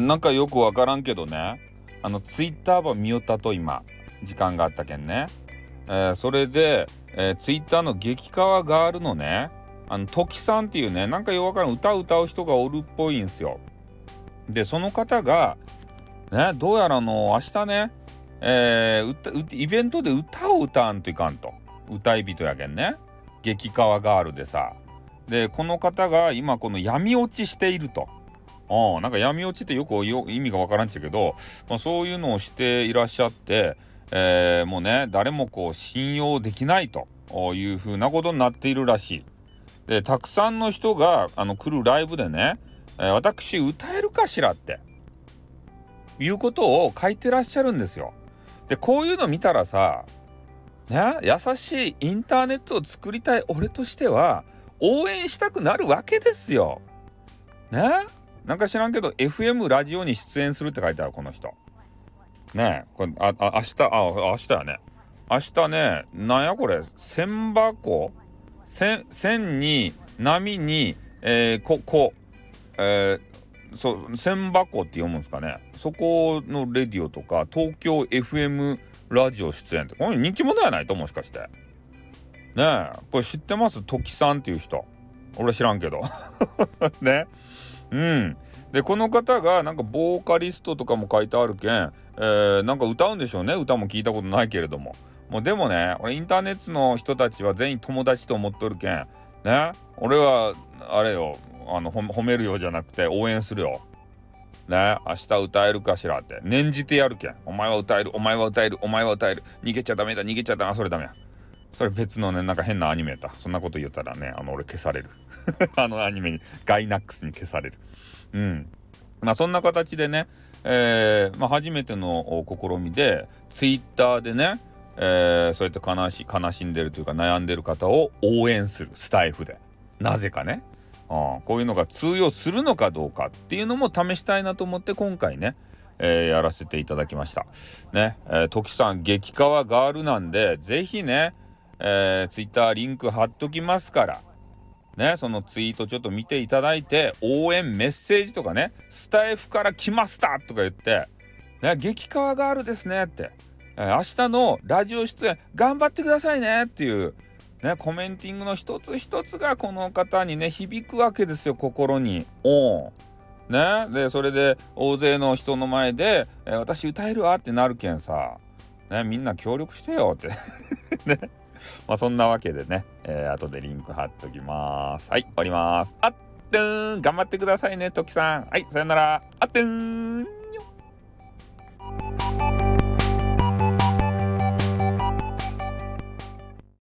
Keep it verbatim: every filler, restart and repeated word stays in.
なんかよくわからんけどね、あのツイッターば見よったと今時間があったけんね、えー、それで、えー、ツイッターの激川ガールのね、あのトキさんっていうね、なんかよくわからん歌を歌う人がおるっぽいんすよ。でその方がね、どうやらあの明日ね、えー、歌イベントで歌を歌わんといかんと、歌い人やけんね、激川ガールでさ、でこの方が今この闇落ちしていると。ああ、なんか闇落ちってよくよ意味がわからんっちゃけど、まあ、そういうのをしていらっしゃって、えー、もうね誰もこう信用できないというふうなことになっているらしい。でたくさんの人があの来るライブでね、えー、私歌えるかしらっていうことを書いてらっしゃるんですよ。でこういうの見たらさ、ね、優しいインターネットを作りたい俺としては応援したくなるわけですよ。ね、なんか知らんけど エフエム ラジオに出演するって書いてあるこの人。ねえ、これああ明日あ明日やね。明日ね、なんやこれ、千箱千千に波に、えー、ここ、えー、そう千箱って読むんですかね。そこのレディオとか東京 エフエム ラジオ出演って、これ人気者やないと、もしかして。ねえ、これ知ってます？トキさんっていう人。俺知らんけどね。うん。でこの方がなんかボーカリストとかも書いてあるけん、えー、なんか歌うんでしょうね。歌も聞いたことないけれども、もうでもね、俺インターネットの人たちは全員友達と思っとるけんね、俺はあれよ、あの褒めるようじゃなくて応援するよね。明日歌えるかしらって念じてやるけん。お前は歌える、お前は歌える、お前は歌える、逃げちゃダメだ、逃げちゃダメ、それダメや、それ別のね、なんか変なアニメだ。そんなこと言ったらね、あの俺消されるあのアニメにガイナックスに消される。うん。まあそんな形でね、えーまあ、初めての試みでツイッターでね、えー、そうやって悲し悲しんでるというか悩んでる方を応援するスタイフで、なぜかね、あこういうのが通用するのかどうかっていうのも試したいなと思って今回ね、えー、やらせていただきましたね。えー、時さん激川ガールなんで、ぜひね、えー、ツイッターリンク貼っときますからね、そのツイートちょっと見ていただいて、応援メッセージとかね、スタイフから来ましたとか言って、ね、激川ガールですねって、えー、明日のラジオ出演頑張ってくださいねっていうね、コメンティングの一つ一つがこの方にね響くわけですよ、心に。おね、でそれで大勢の人の前で、えー、私歌えるわってなるけんさ、ね、みんな協力してよってね。まあそんなわけでね、えー、後でリンク貼っときます。はい、終わります。あっとーん、頑張ってくださいね、トキさん。はい、さよなら。あっとーん。